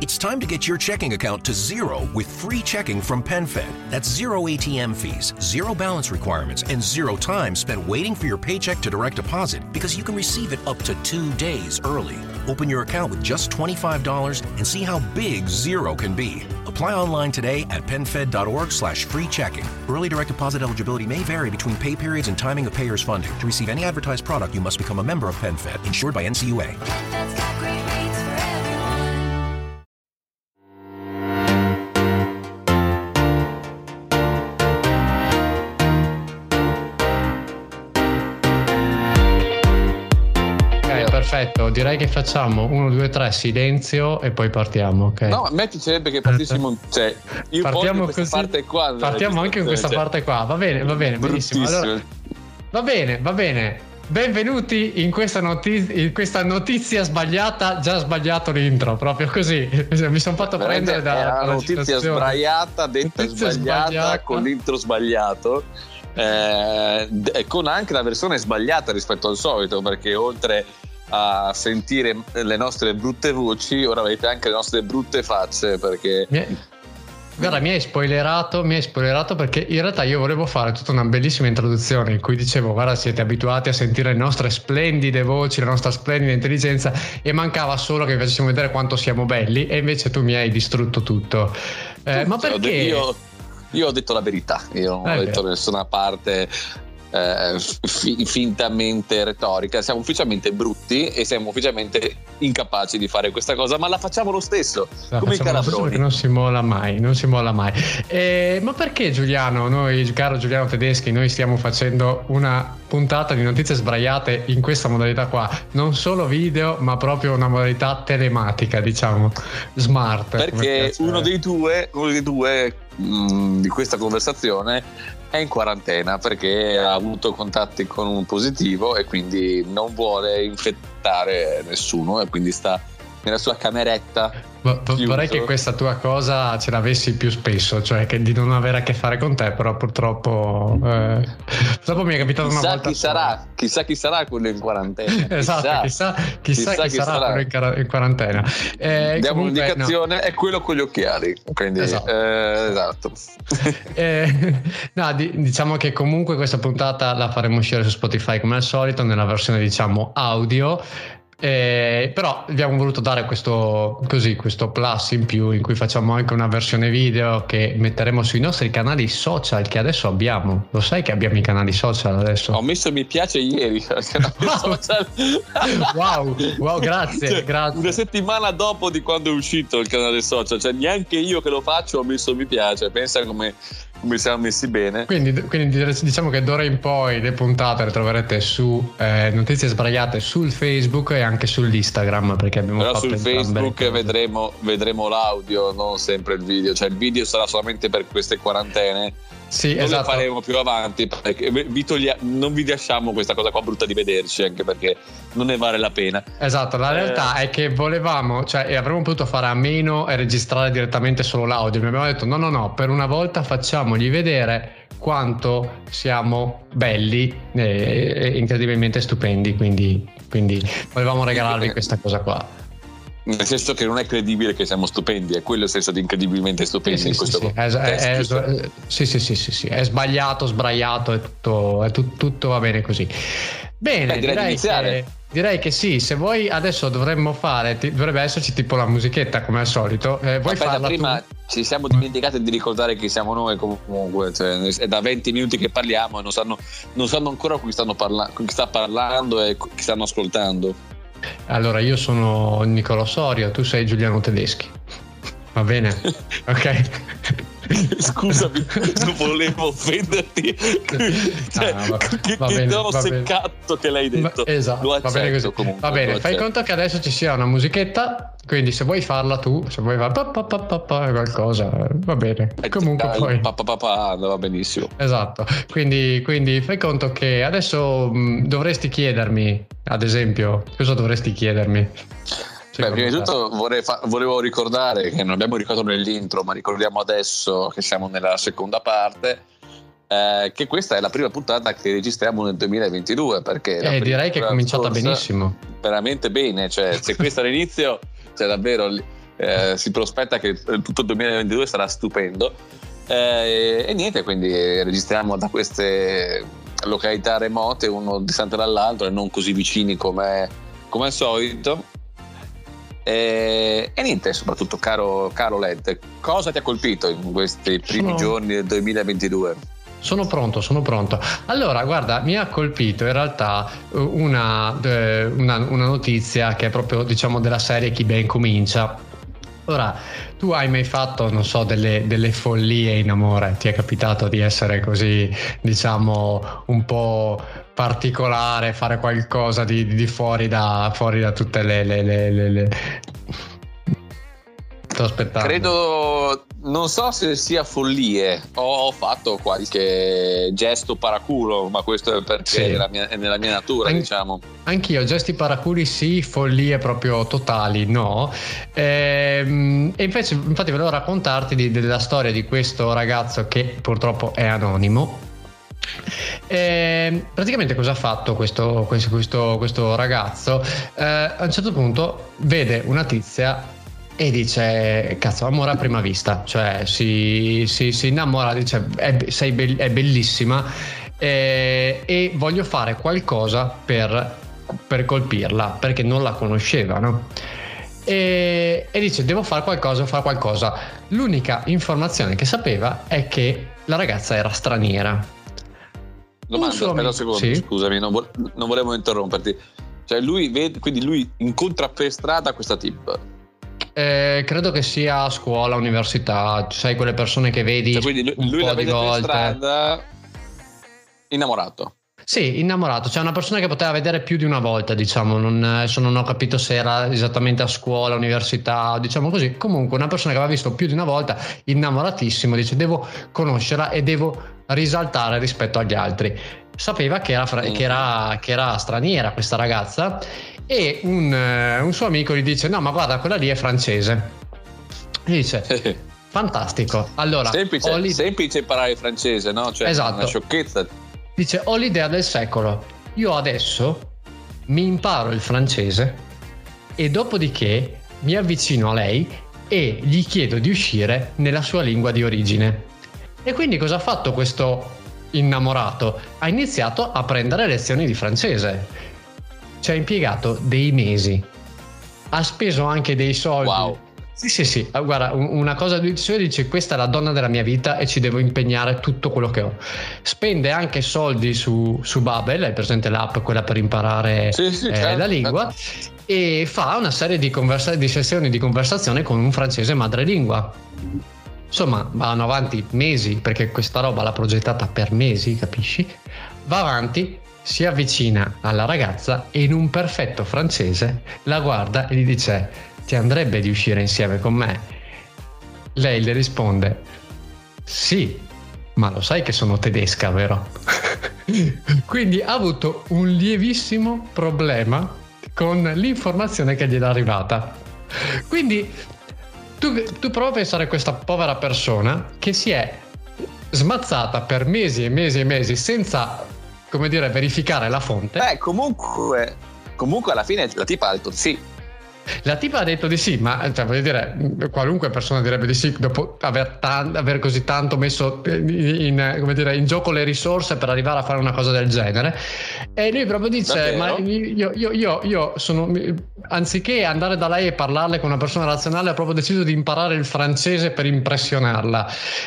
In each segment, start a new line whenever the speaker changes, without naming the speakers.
It's time to get your checking account to zero with free checking from PenFed. That's zero ATM fees, zero balance requirements, and zero time spent waiting for your paycheck to direct deposit because you can receive it up to 2 days early. Open your account with just $25 and see how big zero can be. Apply online today at PenFed.org/free checking. Early direct deposit eligibility may vary between pay periods and timing of payer's funding. To receive any advertised product, you must become a member of PenFed, insured by NCUA.
PenFed's got great rates for everyone.
Ok, perfetto. Direi che facciamo 1, 2, 3 silenzio e poi partiamo, ok?
No, a me piacerebbe che partissimo, cioè io
Partiamo
voglio questa
così.
parte qua.
Partiamo anche in questa parte qua. Va bene, benissimo. Allora, va bene. Benvenuti in questa notizia sbagliata. Già sbagliato l'intro, proprio così. Mi sono fatto prendere
dalla notizia
citazione.
sbagliata, detta
Notizia
sbagliata,
sbagliata.
con l'intro sbagliato, con anche la versione sbagliata rispetto al solito, perché oltre a sentire le nostre brutte voci, ora avete anche le nostre brutte facce, perché
Guarda, mi hai spoilerato perché in realtà io volevo fare tutta una bellissima introduzione in cui dicevo: guarda, siete abituati a sentire le nostre splendide voci, la nostra splendida intelligenza, e mancava solo che vi facessimo vedere quanto siamo belli, e invece tu mi hai distrutto tutto. Ma perché?
Io ho detto la verità, io non ho detto nessuna parte fintamente retorica. Siamo ufficialmente brutti e siamo ufficialmente incapaci di fare questa cosa, ma la facciamo lo stesso, come i calabroni.
Non si molla mai. Ma perché, Giuliano, noi, caro Giuliano Tedeschi, noi stiamo facendo una puntata di notizie sbraiate in questa modalità qua, non solo video ma proprio una modalità telematica, diciamo smart,
perché uno dei due di questa conversazione è in quarantena perché ha avuto contatti con un positivo e quindi non vuole infettare nessuno e quindi sta nella sua cameretta.
Vorrei che questa tua cosa ce l'avessi più spesso, cioè che di non avere a che fare con te, però purtroppo mi è capitato una volta.
Chissà chi sarà quello in quarantena.
Esatto, chissà chi sarà quello in quarantena.
Diamo un'indicazione, è quello con gli occhiali, quindi esatto.
Diciamo che comunque questa puntata la faremo uscire su Spotify come al solito nella versione, diciamo, audio. Però abbiamo voluto dare questo plus in più in cui facciamo anche una versione video che metteremo sui nostri canali social che adesso abbiamo. Lo sai che abbiamo i canali social adesso?
Ho messo mi piace ieri al canale social.
wow, grazie.
Una settimana dopo di quando è uscito il canale social, cioè neanche io che lo faccio ho messo mi piace. Pensa come siamo messi bene.
Quindi diciamo che d'ora in poi le puntate le troverete su Notizie Sbraiate sul Facebook e anche sull'Instagram, perché abbiamo
però
fatto
sul Facebook vedremo l'audio, non sempre il video, cioè il video sarà solamente per queste quarantene.
Sì,
non
esatto.
le faremo più avanti perché non vi lasciamo questa cosa qua brutta di vederci, anche perché non ne vale la pena.
Esatto, la realtà è che volevamo, cioè avremmo potuto fare a meno e registrare direttamente solo l'audio. Mi abbiamo detto no, per una volta facciamogli vedere quanto siamo belli e incredibilmente stupendi, quindi volevamo regalarvi questa cosa qua.
Nel senso che non è credibile che siamo stupendi, è quello il senso di incredibilmente stupendi in questo contesto.
Sì, è sbagliato, sbraiato, è tutto va bene così. Bene, direi che sì, se vuoi adesso dovrebbe esserci tipo la musichetta come al solito. Vuoi farla
prima
tu?
Ci siamo dimenticati di ricordare chi siamo noi comunque, cioè, è da 20 minuti che parliamo e non sanno ancora con chi sta parlando e chi stanno ascoltando.
Allora, io sono Nicolò Sorio, tu sei Giuliano Tedeschi. Va bene? Ok.
Scusami, non volevo offenderti.
Va bene,
seccato che l'hai detto.
Esatto,
lo accetto,
va bene così.
comunque,
va bene, fai conto che adesso ci sia una musichetta, quindi se vuoi farla tu, se vuoi fare qualcosa, va bene. Comunque poi
va benissimo.
Esatto. Quindi fai conto che adesso dovresti chiedermi, ad esempio, cosa dovresti chiedermi?
Prima di tutto volevo ricordare che non abbiamo ricordato nell'intro, ma ricordiamo adesso che siamo nella seconda parte, che questa è la prima puntata che registriamo nel 2022, perché
direi che è cominciata benissimo,
veramente bene, cioè se questa all'inizio, cioè davvero si prospetta che tutto il 2022 sarà stupendo, e niente, quindi registriamo da queste località remote, uno distante dall'altro e non così vicini come al solito. E niente, soprattutto caro Led, cosa ti ha colpito in questi primi giorni del 2022?
Sono pronto. Allora, guarda, mi ha colpito in realtà una notizia che è proprio, diciamo, della serie Chi ben comincia. Ora, tu hai mai fatto, non so, delle follie in amore? Ti è capitato di essere così, diciamo, un po' particolare, fare qualcosa di fuori da tutte le... Sto aspettando.
Credo, non so se sia follie, ho fatto qualche gesto paraculo, ma questo è perché
Sì.
è nella mia natura, diciamo.
Anch'io, gesti paraculi sì, follie proprio totali no. E infatti volevo raccontarti della storia di questo ragazzo che purtroppo è anonimo. Praticamente cosa ha fatto questo ragazzo? A un certo punto vede una tizia e dice: cazzo, amore a prima vista, cioè si innamora, dice è bellissima, e voglio fare qualcosa per colpirla, perché non la conosceva, no? E dice: devo fare qualcosa. L'unica informazione che sapeva è che la ragazza era straniera.
Domanda, aspetta un secondo,
sì?
Scusami, non volevo interromperti. Cioè quindi lui incontra per strada questa tip.
Credo che sia a scuola, università, sai, quelle persone che vedi,
Cioè, quindi
un
lui
po'
la
di
vede per
volte.
strada, innamorato.
Sì, innamorato, cioè una persona che poteva vedere più di una volta, diciamo, adesso non ho capito se era esattamente a scuola, università, diciamo così, comunque una persona che aveva visto più di una volta, innamoratissimo, dice: devo conoscerla e devo risaltare rispetto agli altri. Sapeva che era straniera questa ragazza, e un suo amico gli dice: no, ma guarda, quella lì è francese. E dice: fantastico, allora
semplice imparare il francese, no? Cioè,
esatto.
Una sciocchezza.
Dice: ho l'idea del secolo, io adesso mi imparo il francese e dopodiché mi avvicino a lei e gli chiedo di uscire nella sua lingua di origine. E quindi cosa ha fatto questo innamorato? Ha iniziato a prendere lezioni di francese, ci ha impiegato dei mesi, ha speso anche dei soldi.
Wow.
Sì, guarda, una cosa dice: questa è la donna della mia vita e ci devo impegnare tutto quello che ho. Spende anche soldi su Babbel, hai presente l'app, quella per imparare
certo,
la lingua, e fa una serie di sessioni di conversazione con un francese madrelingua. Insomma, vanno avanti mesi, perché questa roba l'ha progettata per mesi, capisci? Va avanti, si avvicina alla ragazza e in un perfetto francese la guarda e gli dice: ti andrebbe di uscire insieme con me? Lei le risponde: sì, ma lo sai che sono tedesca, vero? Quindi ha avuto un lievissimo problema con l'informazione che gli era arrivata. Quindi tu prova a pensare a questa povera persona che si è smazzata per mesi e mesi e mesi senza, come dire, verificare la fonte.
Comunque alla fine la tipa ha detto sì.
La tipa ha detto di sì, ma cioè, voglio dire, qualunque persona direbbe di sì dopo aver così tanto messo in gioco le risorse per arrivare a fare una cosa del genere. E lui proprio dice: ma io sono, anziché andare da lei e parlarle con una persona razionale, ho proprio deciso di imparare il francese per impressionarla.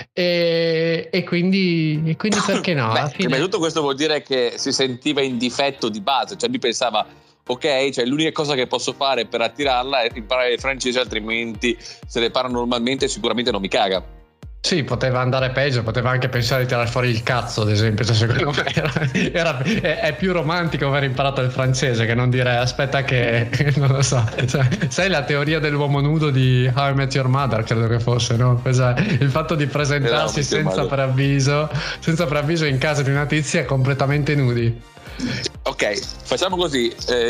E quindi perché no? Alla fine...
Prima di tutto questo vuol dire che si sentiva in difetto di base, cioè lui pensava: ok, cioè l'unica cosa che posso fare per attirarla è imparare il francese, altrimenti se le parlo normalmente sicuramente non mi caga.
Sì, poteva andare peggio, poteva anche pensare di tirare fuori il cazzo, ad esempio. Cioè, secondo me è più romantico aver imparato il francese che non dire aspetta che non lo so, cioè, sai la teoria dell'uomo nudo di How I Met Your Mother, credo che fosse, no? Il fatto di presentarsi senza preavviso in casa di una tizia completamente nudi.
Ok, facciamo così,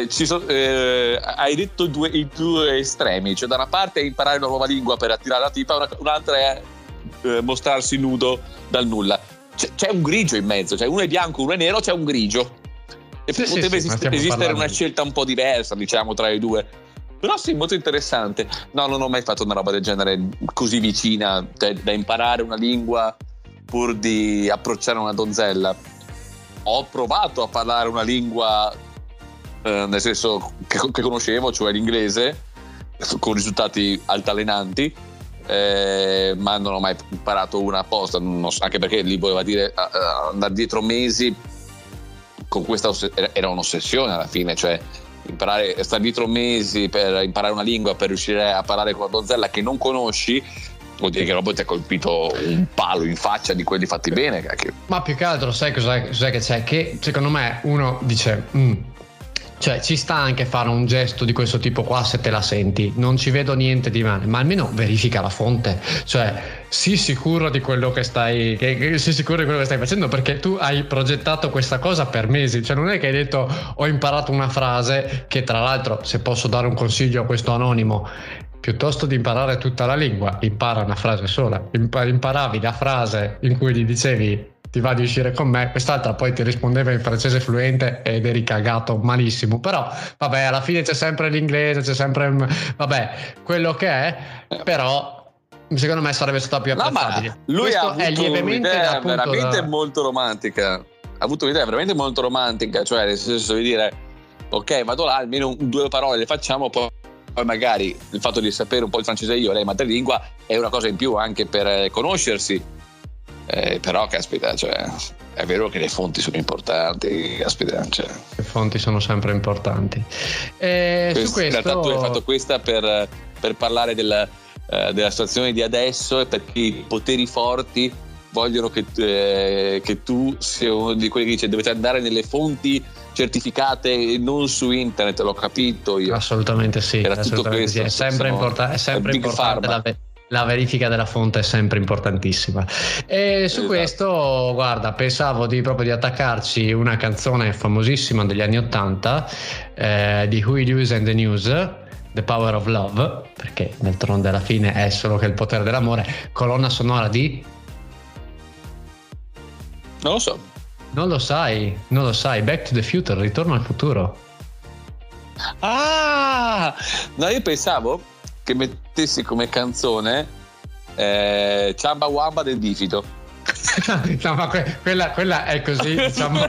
hai detto i due estremi, cioè da una parte è imparare una nuova lingua per attirare la tipa, un'altra è mostrarsi nudo dal nulla. C'è un grigio in mezzo, cioè uno è bianco, uno è nero, c'è un grigio e poteva esistere una scelta un po' diversa, diciamo, tra i due. Però sì, molto interessante. No, non ho mai fatto una roba del genere così vicina, cioè, da imparare una lingua pur di approcciare una donzella. Ho provato a parlare una lingua nel senso che conoscevo, cioè l'inglese, con risultati altalenanti, ma non ho mai imparato una apposta, anche perché lì voleva dire andare dietro mesi con questa era un'ossessione alla fine, cioè stare dietro mesi per imparare una lingua, per riuscire a parlare con una donzella che non conosci, vuol dire che proprio ti ha colpito un palo in faccia di quelli fatti bene, cacchio.
Ma più che altro sai cos'è che c'è? Che secondo me uno dice cioè ci sta anche fare un gesto di questo tipo qua se te la senti, non ci vedo niente di male, ma almeno verifica la fonte, cioè sii sicuro di quello che stai sii sicuro di quello che stai facendo, perché tu hai progettato questa cosa per mesi, cioè non è che hai detto ho imparato una frase, che tra l'altro, se posso dare un consiglio a questo anonimo, piuttosto di imparare tutta la lingua, impara una frase sola. Imparavi la frase in cui gli dicevi ti va di uscire con me, quest'altra poi ti rispondeva in francese fluente ed eri cagato malissimo. Però vabbè, alla fine c'è sempre l'inglese, c'è sempre vabbè quello che è, però secondo me sarebbe stato più apprezzabile.
No, lui
questo
ha avuto
è lievemente
un'idea veramente molto romantica, ha avuto un'idea veramente molto romantica, cioè nel senso di dire ok, vado là, almeno 2 parole le facciamo, poi magari il fatto di sapere un po' il francese io, lei madrelingua, è una cosa in più anche per conoscersi. Però caspita, cioè, è vero che le fonti sono importanti, caspita, cioè.
Le fonti sono sempre importanti. Su questo... In
realtà tu hai fatto questa per parlare della situazione di adesso, e perché i poteri forti vogliono che tu sia uno di quelli che dice dovete andare nelle fonti certificate e non su internet. L'ho capito io.
Assolutamente sì,
era
assolutamente
tutto questo,
sì. È sempre importante la verifica della fonte, è sempre importantissima. E su questo, guarda, pensavo proprio di attaccarci una canzone famosissima degli anni '80 di Huey Lewis and the News, The Power of Love, perché d'altronde alla fine è solo che il potere dell'amore, colonna sonora di...
Non lo so.
Non lo sai, Back to the Future, Ritorno al futuro.
Ah, no, io pensavo che mettessi come canzone Ciamba Wamba del Bifito.
No, ma quella è così, diciamo.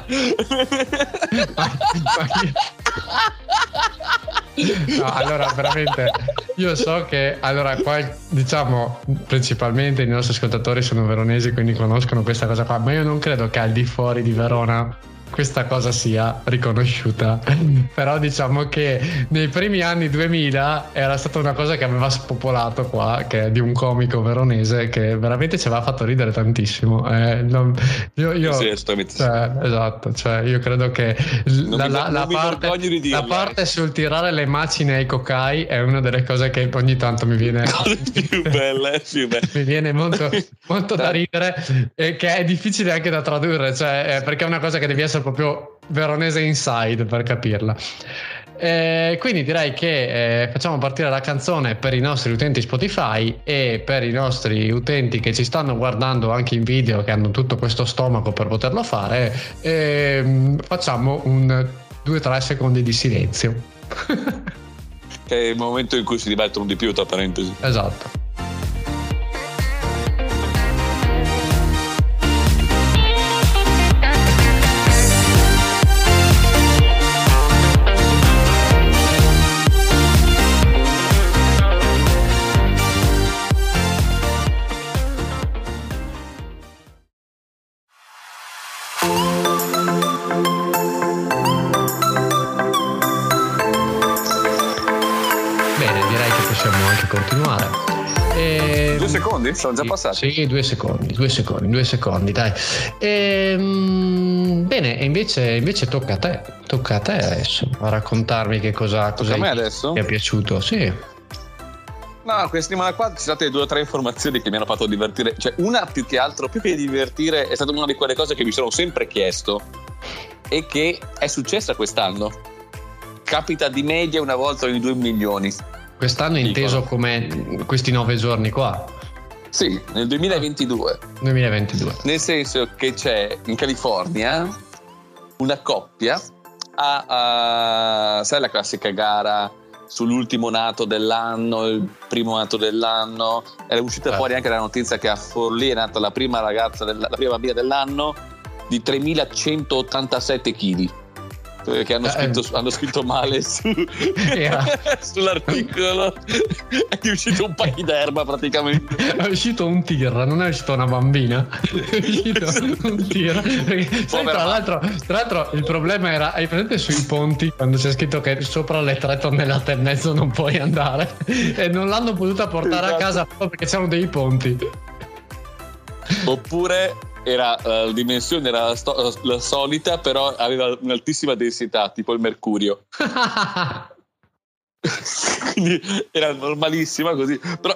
No, allora veramente io so che qua, diciamo, principalmente i nostri ascoltatori sono veronesi, quindi conoscono questa cosa qua, ma io non credo che al di fuori di Verona questa cosa sia riconosciuta. Però diciamo che nei primi anni 2000 era stata una cosa che aveva spopolato qua, che è di un comico veronese che veramente ci aveva fatto ridere tantissimo. Sì, esatto, cioè io credo che la parte sul tirare le macine ai cocai è una delle cose che ogni tanto mi viene
più belle.
Mi viene molto da ridere, e che è difficile anche da tradurre, cioè perché è una cosa che devi essere proprio veronese inside per capirla. Quindi direi che facciamo partire la canzone per i nostri utenti Spotify, e per i nostri utenti che ci stanno guardando anche in video, che hanno tutto questo stomaco per poterlo fare, facciamo un 2-3 secondi di silenzio.
Che è il momento in cui si divertono di più, tra parentesi.
Esatto. Continuare.
2 secondi? Sono già passati?
Sì, 2 secondi, dai. Bene, e invece tocca a te adesso a raccontarmi che cosa
a me adesso?
ti è piaciuto. Sì.
No, questa settimana qua ci sono state 2 o 3 informazioni che mi hanno fatto divertire. Cioè, una più che divertire è stata una di quelle cose che mi sono sempre chiesto e che è successa quest'anno. Capita di media una volta ogni 2 milioni.
Quest'anno inteso come questi 9 giorni qua?
Sì, nel 2022. Nel senso che c'è in California una coppia sai la classica gara sull'ultimo nato dell'anno, il primo nato dell'anno. Era uscita fuori anche la notizia che a Forlì è nata la prima la prima bambina dell'anno di 3187 kg. Che hanno scritto male sull'articolo. È uscito un pachyderma praticamente.
È uscito un tir, non è uscita una bambina. È uscito un tir. Sai, tra l'altro il problema era, hai presente sui ponti quando c'è scritto che sopra le 3,5 tonnellate non puoi andare, e non l'hanno potuta portare a casa perché c'erano dei ponti.
Oppure la dimensione era la solita, però aveva un'altissima densità, tipo il mercurio. Quindi era normalissima così, però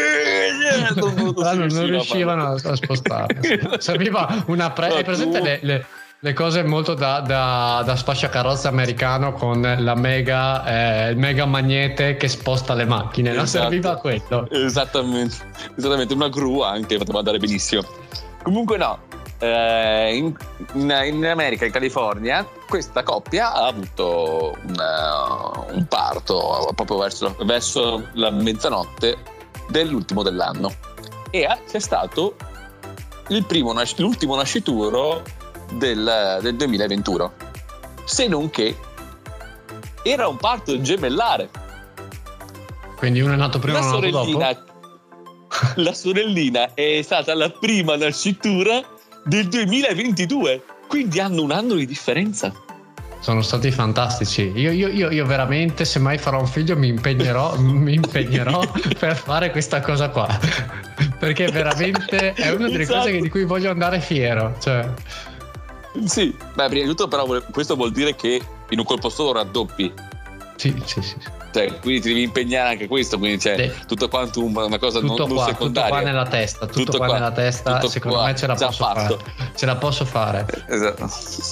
non riuscivano a spostarsi. Serviva una hai presente le cose molto da spacciacarrozze americano con la mega magnete che sposta le macchine, no?
Esatto.
Serviva quello.
Esattamente, una gru anche poteva andare benissimo. Comunque no, in America, in California, questa coppia ha avuto un parto proprio verso la mezzanotte dell'ultimo dell'anno, e c'è stato l'ultimo nascituro del 2021, se non che era un parto gemellare.
Quindi uno è nato prima e uno è nato dopo?
La sorellina è stata la prima nascitura del 2022, quindi hanno un anno di differenza.
Sono stati fantastici. Io veramente, se mai farò un figlio, mi impegnerò per fare questa cosa qua, perché veramente è una delle cose di cui voglio andare fiero, cioè.
Sì, beh, prima di tutto però questo vuol dire che in un colpo solo raddoppi.
Sì.
Cioè, quindi ti devi impegnare anche questo, quindi c'è tutto quanto una cosa non secondaria.
Tutto qua nella testa, secondo me ce la posso fare.
Esatto.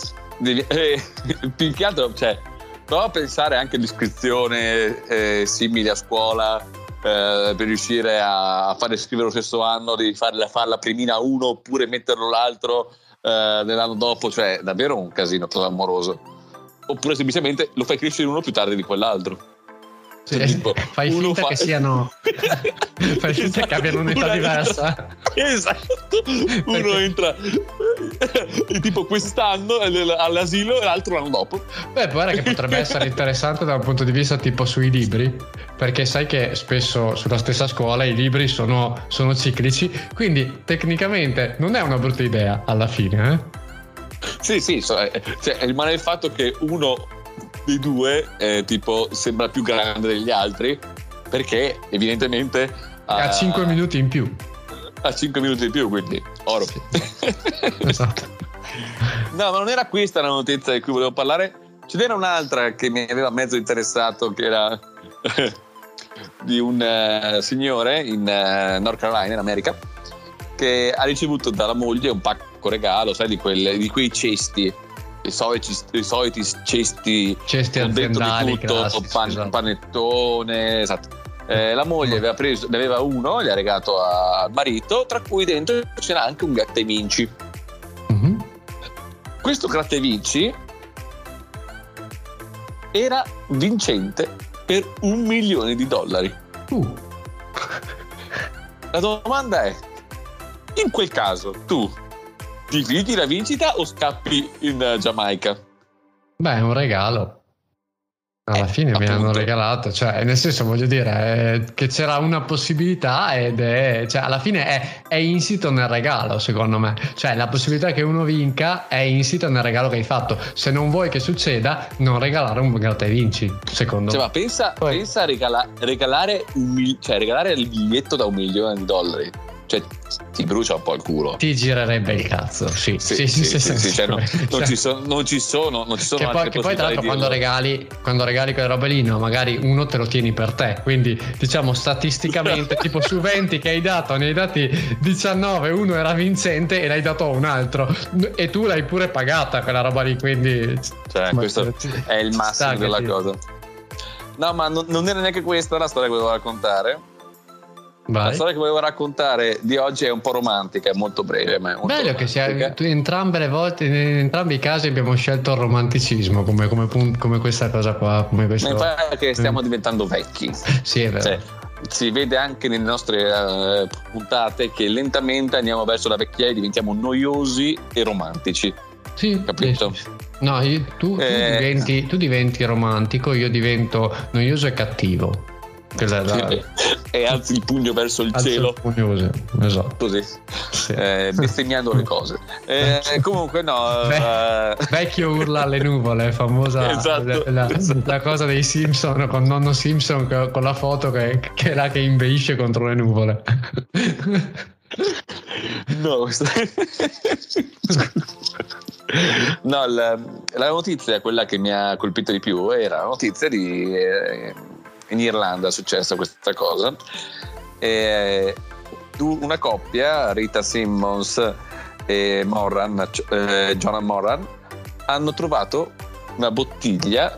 Più che altro, cioè, prova a pensare anche all'iscrizione simili a scuola, per riuscire a fare scrivere lo stesso anno, devi farla primina uno oppure metterlo l'altro nell'anno dopo, cioè davvero un casino clamoroso. Oppure semplicemente lo fai crescere uno più tardi di quell'altro.
Sì, fai finta che siano fai finta che abbiano un'età diversa.
Esatto. Uno entra tipo quest'anno all'asilo e l'altro l'anno dopo.
Beh, guarda che potrebbe essere interessante da un punto di vista tipo sui libri, perché sai che spesso sulla stessa scuola i libri sono ciclici, quindi tecnicamente non è una brutta idea alla fine,
Sì, cioè, rimane il fatto che uno dei due tipo sembra più grande degli altri, perché evidentemente
ha 5 minuti in più.
Ha 5 minuti in più, quindi oro. Sì.
Esatto.
No, ma non era questa la notizia di cui volevo parlare. Ce n'era un'altra che mi aveva mezzo interessato, che era di un signore in North Carolina, in America, che ha ricevuto dalla moglie un pacco regalo, sai, di quei cesti, i soliti cesti con dentro di tutto,
classici,
panettone, esatto. La moglie ne aveva uno, gli ha regalato al marito, tra cui dentro c'era anche un gratta e vinci.
Mm-hmm.
Questo gratta e vinci era vincente per $1 milione. La domanda è: in quel caso tu ti fidi la vincita o scappi in Giamaica?
È un regalo. Alla fine mi hanno regalato, cioè, nel senso, voglio dire che c'era una possibilità cioè, alla fine è insito nel regalo, secondo me. Cioè, la possibilità che uno vinca è insita nel regalo che hai fatto. Se non vuoi che succeda, non regalare un gratta e vinci, secondo me.
Ma pensa a regalare il biglietto da $1 milione. Cioè, ti brucia un po' il culo.
Ti girerebbe il cazzo, sì.
Cioè, non ci sono
che poi tra l'altro quando regali quelle robe lì, no, magari uno te lo tieni per te, quindi diciamo statisticamente tipo su 20 che hai dato, ne hai dati 19, uno era vincente e l'hai dato a un altro e tu l'hai pure pagata quella roba lì, quindi
cioè, questo è il massimo della cosa. No, ma non era neanche questa la storia che volevo raccontare.
Vai.
La storia che volevo raccontare di oggi è un po' romantica, è molto breve, ma è molto
Bello che sia,
romantica.
entrambe le volte, in entrambi i casi abbiamo scelto il romanticismo come questa cosa qua, come questo.
Ma pare che stiamo diventando vecchi.
Sì, è vero.
Cioè, si vede anche nelle nostre puntate che lentamente andiamo verso la vecchiaia e diventiamo noiosi e romantici.
Sì,
Capito?
sì. No, tu diventi romantico, io divento noioso e cattivo.
E alzi il pugno verso il
Alzo
cielo.
il pugno, esatto.
Così,
Sì.
bestemmiando le cose. Comunque no.
Vecchio urla alle nuvole, famosa.
Esatto,
la cosa dei Simpson con nonno Simpson con la foto che è là che inveisce contro le nuvole.
No, no, la notizia, quella che mi ha colpito di più, era la notizia di in Irlanda è successa questa cosa. Una coppia, Rita Simmons e Jonah Moran, hanno trovato una bottiglia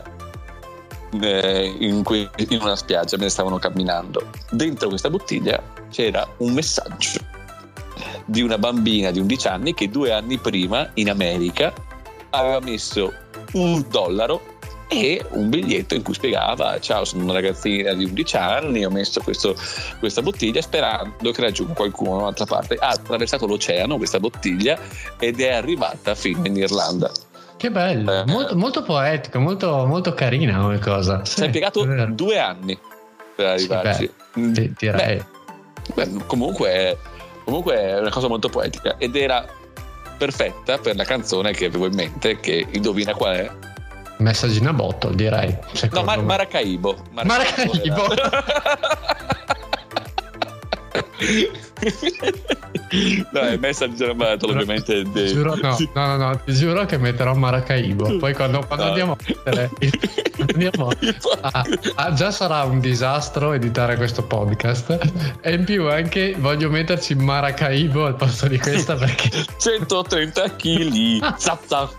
in una spiaggia mentre stavano camminando. Dentro questa bottiglia c'era un messaggio di una bambina di 11 anni che 2 anni prima in America aveva messo $1 e un biglietto in cui spiegava: ciao, sono una ragazzina di 11 anni, ho messo questa bottiglia sperando che raggiunga qualcuno da un'altra parte. Ha attraversato l'oceano questa bottiglia ed è arrivata fino in Irlanda.
Che bello, molto, molto poetico, molto, molto carina come cosa.
Ci ha impiegato 2 anni per arrivarci.
Sì, direi.
Comunque è una cosa molto poetica ed era perfetta per la canzone che avevo in mente, che indovina qual è?
Messaggina bottle, direi.
No, Maracaibo.
Maracaibo.
No, è Messaggina bottle, ovviamente.
Giuro, no, ti giuro che metterò Maracaibo. Poi quando andiamo a mettere già sarà un disastro editare questo podcast, e in più anche voglio metterci Maracaibo al posto di questa perché
130 kg. Zazza.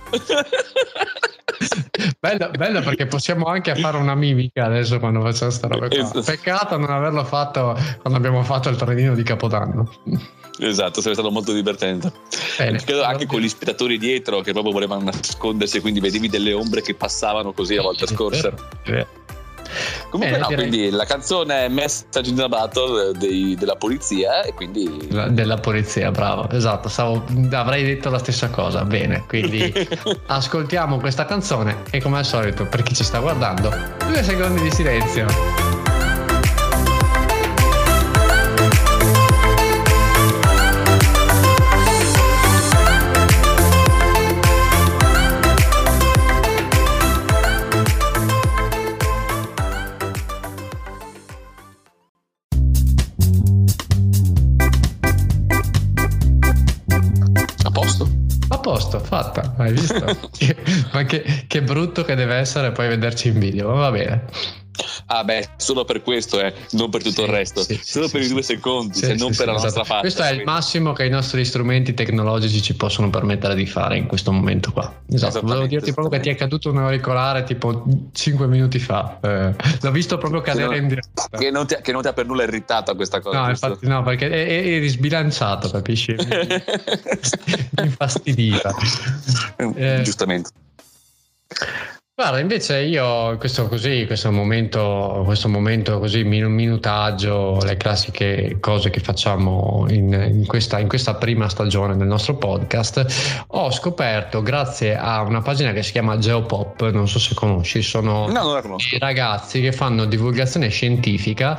Bello perché possiamo anche fare una mimica adesso quando facciamo sta roba qua. Peccato non averlo fatto quando abbiamo fatto il trenino di Capodanno.
Esatto, sarebbe stato molto divertente.
Bene.
Credo anche con gli spettatori dietro che proprio volevano nascondersi, quindi vedevi delle ombre che passavano così la volta scorsa. Comunque quindi la canzone è Message in the Battle della polizia, e quindi
della polizia, bravo, esatto, avrei detto la stessa cosa. Bene, quindi ascoltiamo questa canzone e come al solito, per chi ci sta guardando, 2 secondi di silenzio. A posto, fatta, hai visto? Ma che brutto che deve essere poi vederci in video, ma va bene.
Ah beh, solo per questo, non per tutto il resto, solo per i 2 secondi, non per la nostra faccia.
Questo è il massimo che i nostri strumenti tecnologici ci possono permettere di fare in questo momento qua. Esatto, volevo dirti proprio che ti è caduto un auricolare tipo 5 minuti fa. L'ho visto proprio cadere in diretta.
Che non ti ha per nulla irritata questa cosa.
No, infatti no, perché eri sbilanciato, capisci? Mi infastidiva.
Giustamente.
Guarda, invece io questo momento così, minutaggio, le classiche cose che facciamo in questa prima stagione del nostro podcast, ho scoperto grazie a una pagina che si chiama Geopop, non so se conosci, sono
non la conosco.
I ragazzi che fanno divulgazione scientifica,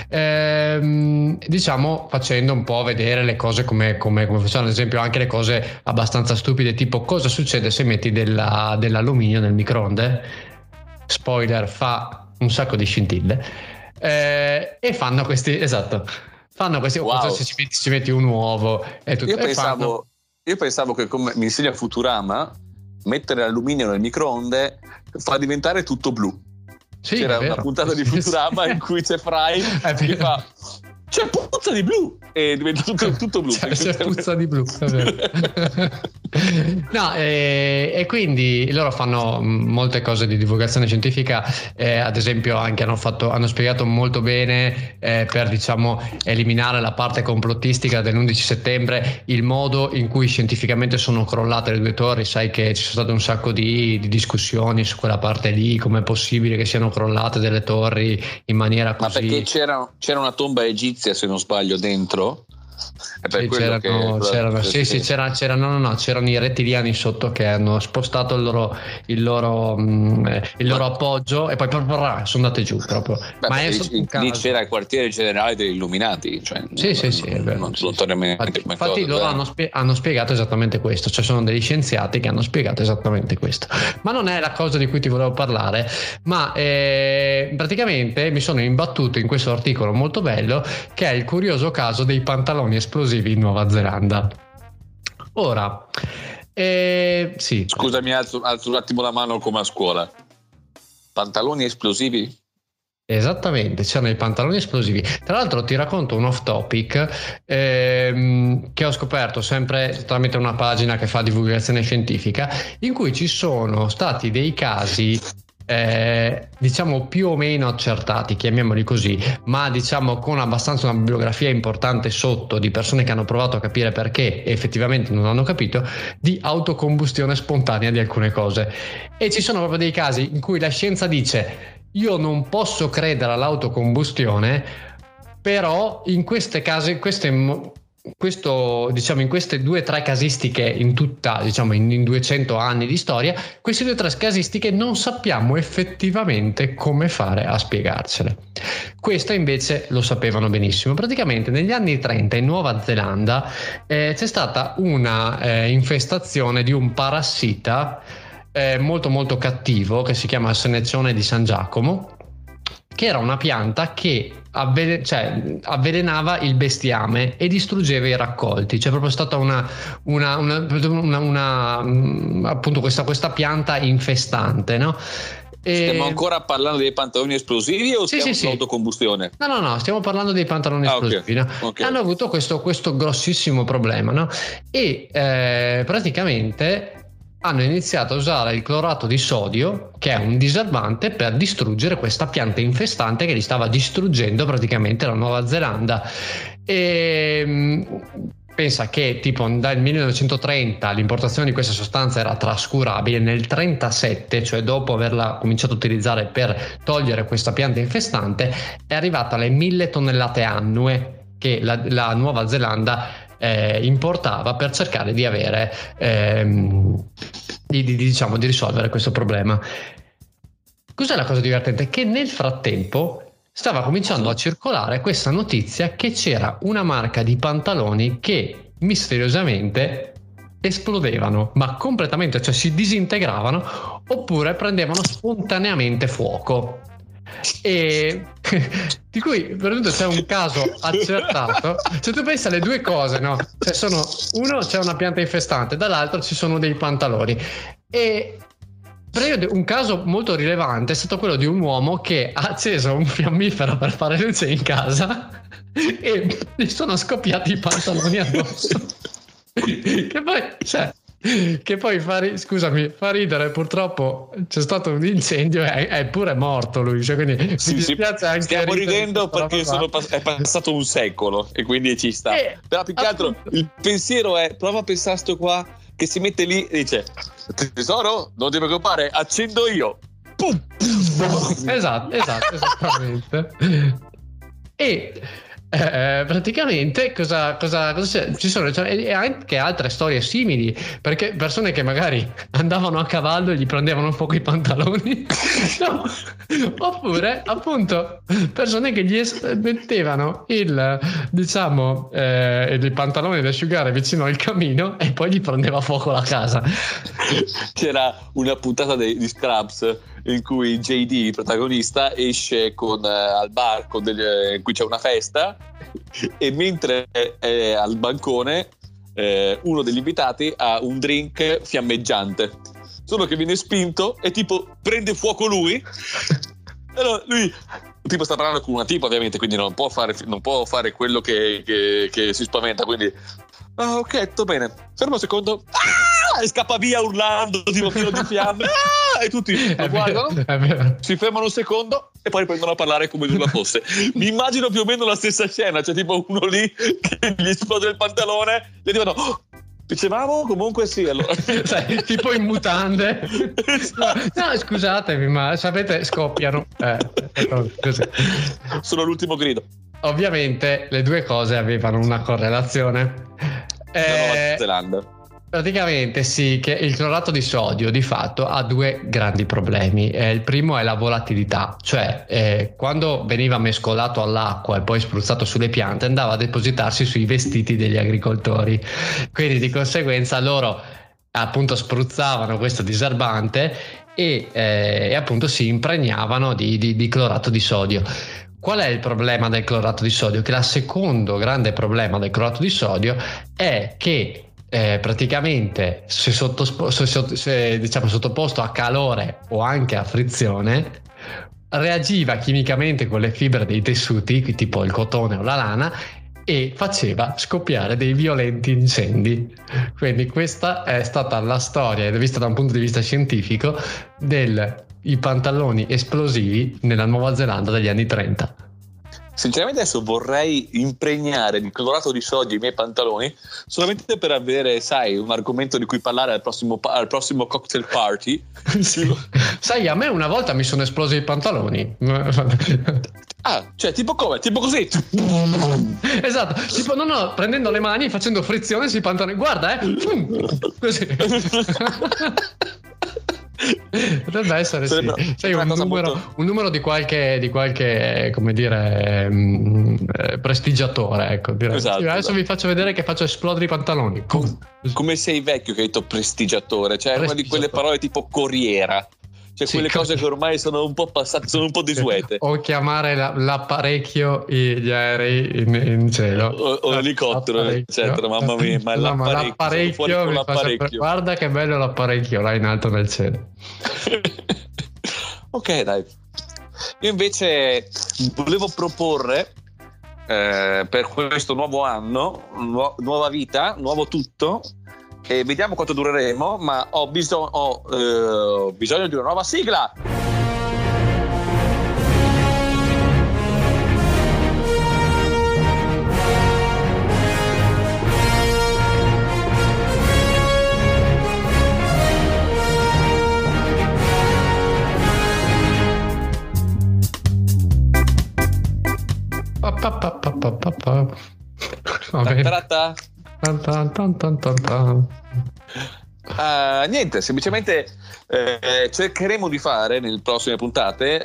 diciamo facendo un po' vedere le cose come funzionano, ad esempio anche le cose abbastanza stupide, tipo cosa succede se metti dell'alluminio nel microonde. Spoiler, fa un sacco di scintille, e fanno questi
wow.
Se ci metti un uovo e tutto.
Io pensavo che, come mi insegna Futurama, mettere l'alluminio nel microonde fa diventare tutto blu.
Sì,
c'era
una
puntata di Futurama in cui c'è Fry che fa c'è puzza di blu e diventa tutto blu.
C'è puzza di blu, è vero. No, e quindi loro fanno molte cose di divulgazione scientifica, ad esempio anche hanno spiegato molto bene per diciamo eliminare la parte complottistica dell'11 settembre il modo in cui scientificamente sono crollate le due torri. Sai che ci sono state un sacco di discussioni su quella parte lì, com'è possibile che siano crollate delle torri in maniera così.
Ma perché c'era una tomba egizia, se non sbaglio, dentro? È per quello c'erano i rettiliani sotto che hanno spostato il loro appoggio e poi sono andate giù proprio. Lì c'era il quartiere generale degli Illuminati, cioè
sì, è vero. Infatti loro hanno spiegato esattamente questo, cioè sono degli scienziati che hanno spiegato esattamente questo. Ma non è la cosa di cui ti volevo parlare, ma praticamente mi sono imbattuto in questo articolo molto bello che è il curioso caso dei pantaloni esplosivi in Nuova Zelanda. Ora, sì.
Scusami, alzo un attimo la mano come a scuola. Pantaloni esplosivi?
Esattamente, c'erano i pantaloni esplosivi. Tra l'altro ti racconto un off topic che ho scoperto sempre tramite una pagina che fa divulgazione scientifica, in cui ci sono stati dei casi diciamo più o meno accertati, chiamiamoli così, ma diciamo con abbastanza una bibliografia importante sotto, di persone che hanno provato a capire perché e effettivamente non hanno capito, di autocombustione spontanea di alcune cose. E ci sono proprio dei casi in cui la scienza dice: io non posso credere all'autocombustione, però in queste case, in queste 2 o 3 casistiche in tutta, diciamo in 200 anni di storia, queste 2 o 3 casistiche non sappiamo effettivamente come fare a spiegarcele. Questa invece lo sapevano benissimo. Praticamente negli anni 30 in Nuova Zelanda c'è stata una infestazione di un parassita molto molto cattivo che si chiama Senecione di San Giacomo, che era una pianta che avvelenava il bestiame e distruggeva i raccolti. C'è proprio stata appunto questa pianta infestante, no?
Stiamo ancora parlando dei pantaloni esplosivi o stiamo sull'autocombustione?
No, stiamo parlando dei pantaloni esplosivi. Okay. No? Okay. Hanno avuto questo grossissimo problema, no? E praticamente hanno iniziato a usare il clorato di sodio, che è un disolvante, per distruggere questa pianta infestante che li stava distruggendo praticamente la Nuova Zelanda. E pensa che tipo dal 1930 l'importazione di questa sostanza era trascurabile. Nel 1937, cioè dopo averla cominciato a utilizzare per togliere questa pianta infestante, è arrivata alle 1000 tonnellate annue che la Nuova Zelanda importava per cercare di avere di risolvere questo problema. Cos'è la cosa divertente? Che nel frattempo stava cominciando a circolare questa notizia che c'era una marca di pantaloni che misteriosamente esplodevano, ma completamente, cioè si disintegravano oppure prendevano spontaneamente fuoco. E di cui per esempio c'è un caso accertato. Se tu pensi alle 2 cose, no? Cioè c'è una pianta infestante, dall'altro ci sono dei pantaloni. E un caso molto rilevante è stato quello di un uomo che ha acceso un fiammifero per fare luce in casa e gli sono scoppiati i pantaloni addosso. Che poi fa ridere. Purtroppo c'è stato un incendio e è pure morto lui, cioè, quindi mi dispiace anche.
Stiamo ridendo perché è passato un secolo e quindi ci sta. Però più che altro il pensiero è: prova a pensare a sto qua che si mette lì e dice: tesoro, non ti preoccupare, accendo io. Pum.
Esatto, esattamente. E praticamente cosa c'è? Ci sono anche altre storie simili, perché persone che magari andavano a cavallo e gli prendevano un po' i pantaloni no. Oppure appunto persone che gli mettevano il pantalone da asciugare vicino al camino e poi gli prendeva fuoco la casa.
C'era una puntata di Scrubs in cui JD, il protagonista, esce al bar in cui c'è una festa e mentre è al bancone uno degli invitati ha un drink fiammeggiante, solo che viene spinto e tipo prende fuoco lui. Allora lui tipo sta parlando con una tipa, ovviamente, quindi non può fare quello che si spaventa, quindi ok, tutto bene, fermo un secondo, e scappa via urlando tipo pieno di fiamme, e tutti lo guardano, si fermano un secondo e poi prendono a parlare come nulla fosse. Mi immagino più o meno la stessa scena, cioè tipo uno lì che gli esplode il pantalone, gli dicono dicevamo comunque sì, allora
sai, tipo in mutande. No, scusatemi, ma sapete, scoppiano. Così.
Sono l'ultimo grido.
Ovviamente le due cose avevano una correlazione.
La Nuova Zelanda.
Praticamente sì, che il clorato di sodio di fatto ha due grandi problemi. Il primo è la volatilità, cioè quando veniva mescolato all'acqua e poi spruzzato sulle piante andava a depositarsi sui vestiti degli agricoltori, quindi di conseguenza loro appunto spruzzavano questo diserbante e appunto si impregnavano di clorato di sodio. Qual è il problema del clorato di sodio? Che il secondo grande problema del clorato di sodio è che praticamente se diciamo sottoposto a calore o anche a frizione reagiva chimicamente con le fibre dei tessuti tipo il cotone o la lana e faceva scoppiare dei violenti incendi. Quindi questa è stata la storia, vista da un punto di vista scientifico, i pantaloni esplosivi nella Nuova Zelanda degli anni 30.
Sinceramente adesso vorrei impregnare di clorato di sodio i miei pantaloni solamente per avere, sai, un argomento di cui parlare al prossimo cocktail party.
Sì. Sai, a me una volta mi sono esplosi i pantaloni.
Cioè tipo come? Tipo così?
Esatto, tipo no, prendendo le mani e facendo frizione sui pantaloni. Guarda, così. Potrebbe essere sì. Sei un numero di qualche come dire prestigiatore, ecco, direi.
Esatto,
sì, adesso
esatto.
Vi faccio vedere che faccio esplodere i pantaloni.
Come sei vecchio che hai detto prestigiatore, cioè una di quelle parole tipo corriera, cioè sì, quelle cose che ormai sono un po' passate, sono un po' desuete.
O chiamare l'apparecchio gli aerei in cielo
o l'elicottero eccetera, mamma mia, ma l'apparecchio.
Guarda che bello l'apparecchio là in alto nel cielo.
Ok, dai, io invece volevo proporre per questo nuovo anno nuova vita, nuovo tutto, e vediamo quanto dureremo, ma ho bisogno di una nuova sigla. Niente, semplicemente cercheremo di fare nelle prossime puntate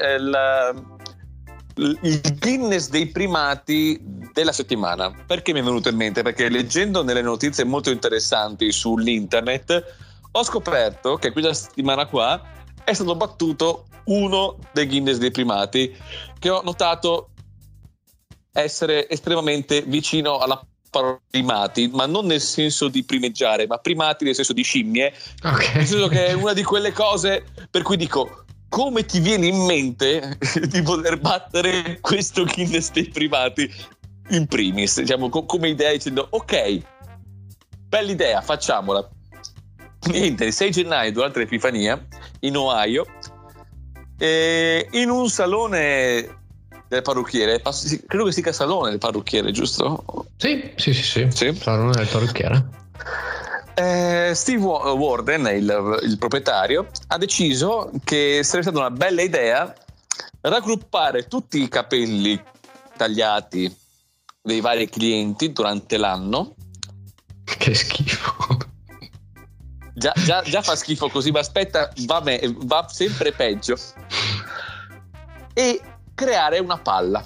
il Guinness dei primati della settimana. Perché mi è venuto in mente? Perché leggendo nelle notizie molto interessanti sull'internet ho scoperto che questa settimana qua è stato battuto uno dei Guinness dei primati che ho notato essere estremamente vicino alla parola primati, ma non nel senso di primeggiare, ma primati nel senso di scimmie, okay. Nel senso che è una di quelle cose per cui dico, come ti viene in mente di voler battere questo Guinness dei primati in primis, diciamo, come idea, dicendo ok, bella idea, facciamola. Niente, il 6 gennaio durante l'Epifania in Ohio, in un salone del parrucchiere, credo che si chiama salone del parrucchiere, giusto? Sì.
Salone del parrucchiere.
Steve Warden, il proprietario, ha deciso che sarebbe stata una bella idea raggruppare tutti i capelli tagliati dei vari clienti durante l'anno.
Che schifo.
Già fa schifo così, ma aspetta, va sempre peggio. E creare una palla,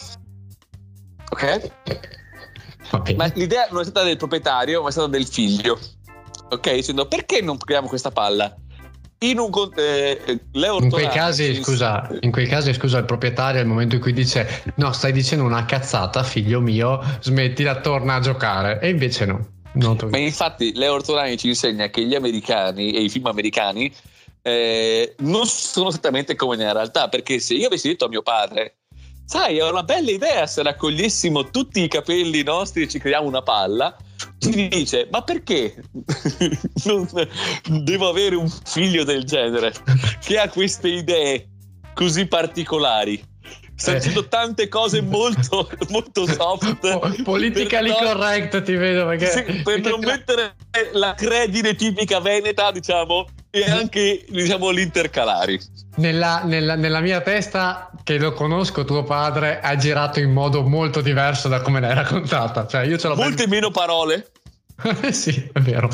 ok? Ma l'idea non è stata del proprietario, ma è stata del figlio, ok? Dicendo, perché non creiamo questa palla? In quei casi,
scusa, il proprietario al momento in cui dice no, stai dicendo una cazzata, figlio mio, smettila, torna a giocare, e invece no.
Ma infatti Leo Ortolani ci insegna che gli americani e i film americani non sono esattamente come nella realtà, perché se io avessi detto a mio padre sai, è una bella idea se raccogliessimo tutti i capelli nostri e ci creiamo una palla. Ci dice, ma perché non devo avere un figlio del genere che ha queste idee così particolari? Sta dicendo tante cose molto, molto soft.
Politically correct, ti vedo, perché,
sì, per non mettere la credine tipica veneta, diciamo, e anche, diciamo, l'intercalari.
Nella mia testa, che lo conosco, tuo padre ha girato in modo molto diverso da come l'hai raccontata. Cioè, io ce l'ho
Molte meno parole.
Sì, è vero.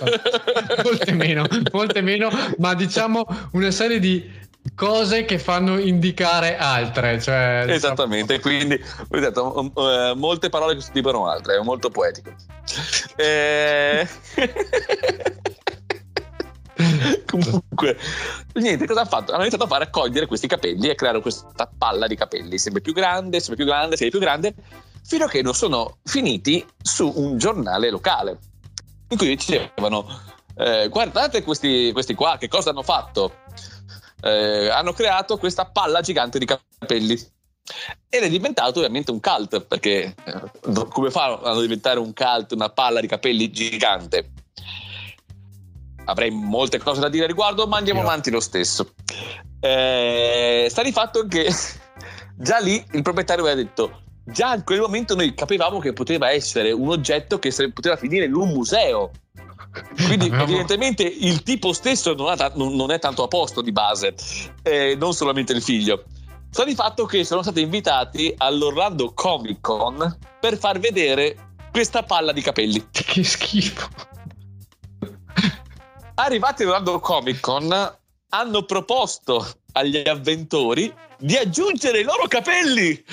molte meno, ma diciamo una serie di cose che fanno indicare altre, cioè,
esattamente, quindi ho detto, molte parole che si dicono altre, è molto poetico. Comunque, niente, cosa hanno fatto? Hanno iniziato a raccogliere questi capelli e creare questa palla di capelli sempre più grande, sempre più grande, fino a che non sono finiti su un giornale locale in cui dicevano guardate questi qua, che cosa hanno fatto? Hanno creato questa palla gigante di capelli ed è diventato ovviamente un cult, perché come fanno a diventare un cult una palla di capelli gigante? Avrei molte cose da dire a riguardo, ma andiamo avanti lo stesso. Sta di fatto che già lì il proprietario aveva detto, già in quel momento noi capivamo che poteva essere un oggetto che poteva finire in un museo. Quindi evidentemente il tipo stesso non è tanto a posto di base, non solamente il figlio. Sta di fatto che sono stati invitati all'Orlando Comic Con per far vedere questa palla di capelli.
Che schifo.
Arrivati all'Orlando Comic Con, hanno proposto agli avventori di aggiungere i loro capelli.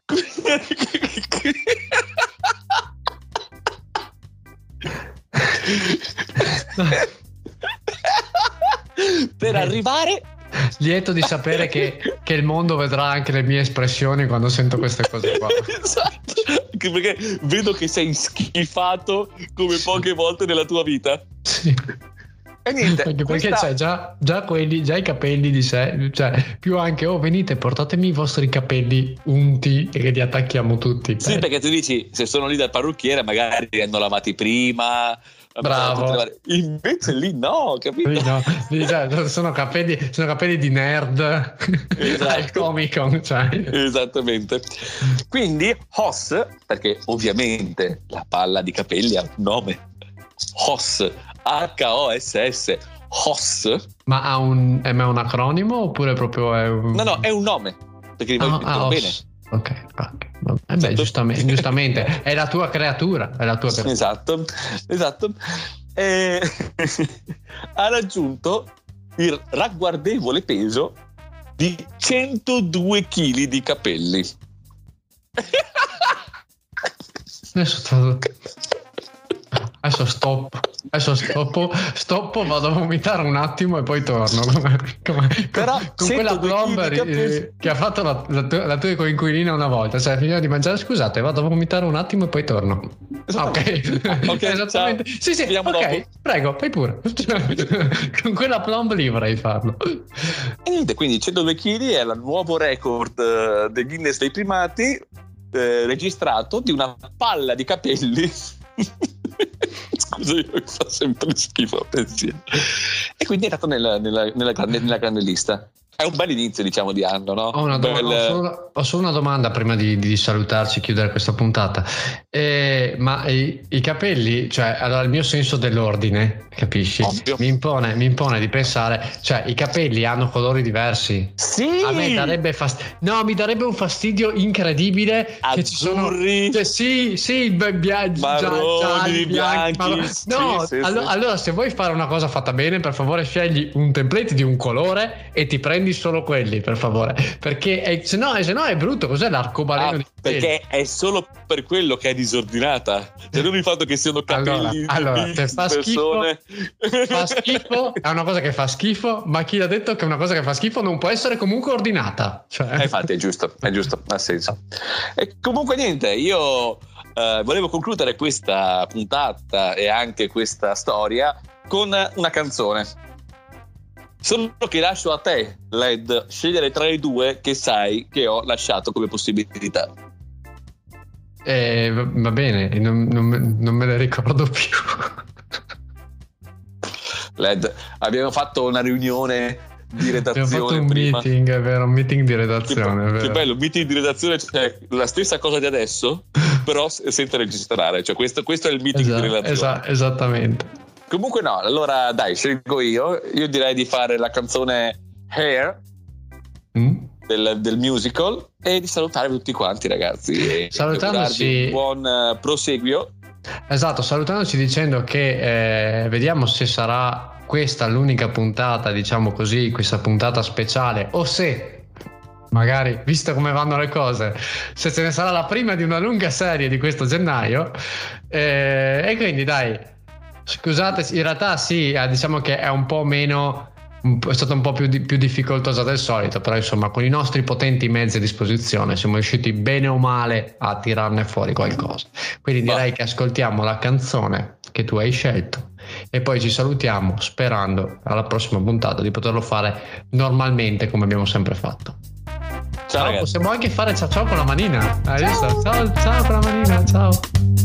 Per arrivare,
lieto di sapere che il mondo vedrà anche le mie espressioni quando sento queste cose qua.
Esatto, anche perché vedo che sei schifato come poche volte nella tua vita.
Sì.
E niente,
anche perché c'è già i capelli di sé, cioè più anche venite, portatemi i vostri capelli unti e che li attacchiamo tutti.
Sì, perché tu dici, se sono lì dal parrucchiere magari li hanno lavati prima.
Bravo.
Invece lì no, capito?
Lì no, cioè, sono capelli di nerd. Esatto. Al Comic Con, cioè.
Esattamente. Quindi Hoss, perché ovviamente la palla di capelli ha un nome, Hoss, Hoss, Hoss.
Ma è un acronimo oppure proprio è un...
No, è un nome, perché li voglio mettere bene.
Ok. Beh, giustamente è la tua creatura,
Esatto. Ha raggiunto il ragguardevole peso di 102 kg di capelli.
Adesso stoppo, vado a vomitare un attimo e poi torno.
Però
con quella plomba che ha fatto la tua coinquilina una volta, cioè finita di mangiare, scusate, vado a vomitare un attimo e poi torno. Ok, esattamente.
Ciao.
Sì, ok, dopo. Prego, fai pure. Con quella plomba lì vorrei farlo.
E niente, quindi 102 kg è il nuovo record del Guinness dei primati registrato di una palla di capelli. Scusa, io mi fa sempre schifo a pensiero. E quindi è entrato nella grande lista. È un bel inizio, diciamo, di anno, no?
Ho solo una domanda prima di salutarci e chiudere questa puntata. Ma i capelli, cioè, allora il mio senso dell'ordine, capisci?
Ovvio.
Mi impone di pensare, cioè, i capelli hanno colori diversi.
Sì!
A me darebbe mi darebbe un fastidio incredibile.
Azzurri,
che ci sono, cioè, sì,
marroni, bianchi.
No,
sì,
allora se vuoi fare una cosa fatta bene, per favore scegli un template di un colore e ti prendi solo quelli, per favore, perché se no è brutto. Cos'è l'arcobaleno?
Perché è solo per quello che è disordinata, cioè non il fatto che siano capelli
allora
di
fa
persone.
Fa schifo, è una cosa che fa schifo, ma chi ha detto che una cosa che fa schifo non può essere comunque ordinata, cioè.
Infatti è giusto, ha senso. E comunque niente, io volevo concludere questa puntata e anche questa storia con una canzone. Solo che lascio a te, Led, scegliere tra i due che sai che ho lasciato come possibilità.
Va bene, non me le ricordo più.
Led, abbiamo fatto una riunione di redazione.
Abbiamo fatto un
prima.
meeting, è vero, un meeting di redazione. È vero.
Che bello, meeting di redazione, cioè la stessa cosa di adesso, però senza registrare. Cioè, questo è il meeting di redazione.
Esattamente.
Comunque, no, allora dai, scelgo io. Io direi di fare la canzone Hair del musical e di salutare tutti quanti, ragazzi. E
salutandoci,
un buon proseguio.
Esatto, salutandoci dicendo che vediamo se sarà questa l'unica puntata, diciamo così, questa puntata speciale, o se magari, visto come vanno le cose, se ce ne sarà la prima di una lunga serie di questo gennaio. E quindi dai, scusate, in realtà sì, diciamo che è un po' meno, è stata un po' più difficoltosa del solito, però insomma con i nostri potenti mezzi a disposizione siamo riusciti bene o male a tirarne fuori qualcosa. Quindi direi che ascoltiamo la canzone che tu hai scelto e poi ci salutiamo sperando alla prossima puntata di poterlo fare normalmente come abbiamo sempre fatto.
Ciao, ragazzi.
Possiamo anche fare ciao con la manina. Hai visto? Ciao con la manina, ciao.